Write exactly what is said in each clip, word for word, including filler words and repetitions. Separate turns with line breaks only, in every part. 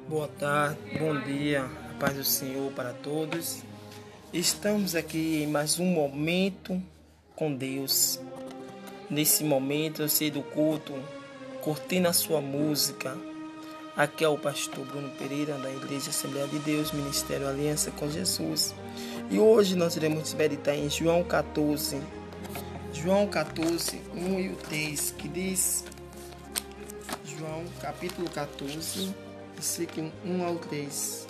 Boa tarde, bom dia, a paz do Senhor para todos. Estamos aqui em mais um momento com Deus. Nesse momento eu sei do culto, curtindo a sua música. Aqui é o pastor Bruno Pereira, da Igreja Assembleia de Deus, Ministério Aliança com Jesus. E hoje nós iremos meditar em João catorze. João catorze, um e o três, que diz... João capítulo catorze, versículo um ao três.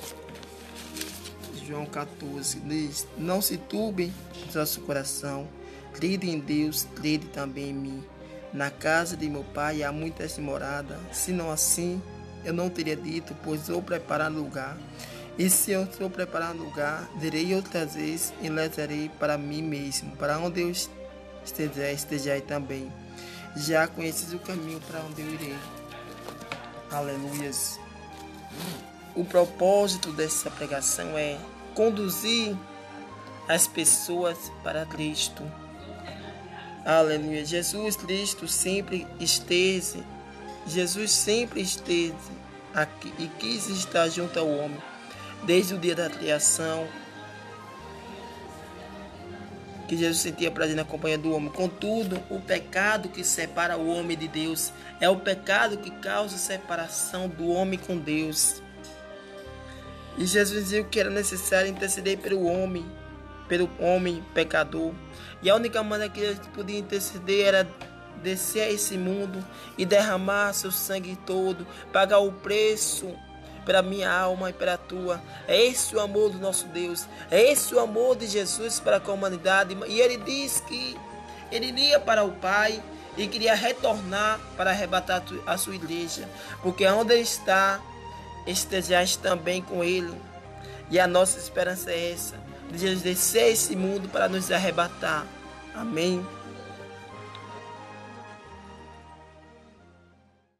João catorze diz: Não se turbe o vosso coração, crede em Deus, crede também em mim. Na casa de meu pai há muitas moradas, se não assim, eu não teria dito, pois vou preparar lugar. E se eu estou preparando lugar, direi outras vezes e levarei para mim mesmo, para onde eu esteja, estejai também. Já conheces o caminho para onde eu irei. Aleluias. O propósito dessa pregação é conduzir as pessoas para Cristo. Aleluia. Jesus Cristo sempre esteve, Jesus sempre esteve aqui e quis estar junto ao homem, desde o dia da criação, que Jesus sentia prazer na companhia do homem. Contudo, o pecado que separa o homem de Deus é o pecado que causa separação do homem com Deus. E Jesus dizia que era necessário interceder pelo homem, pelo homem pecador. E a única maneira que ele podia interceder era descer a esse mundo e derramar seu sangue todo, pagar o preço pela minha alma e pela tua. É esse o amor do nosso Deus. É esse o amor de Jesus para com a humanidade. E ele diz que ele iria para o Pai e queria retornar para arrebatar a sua igreja. Porque onde ele está, estejais também com ele. E a nossa esperança é essa, de Jesus descer esse mundo para nos arrebatar. Amém.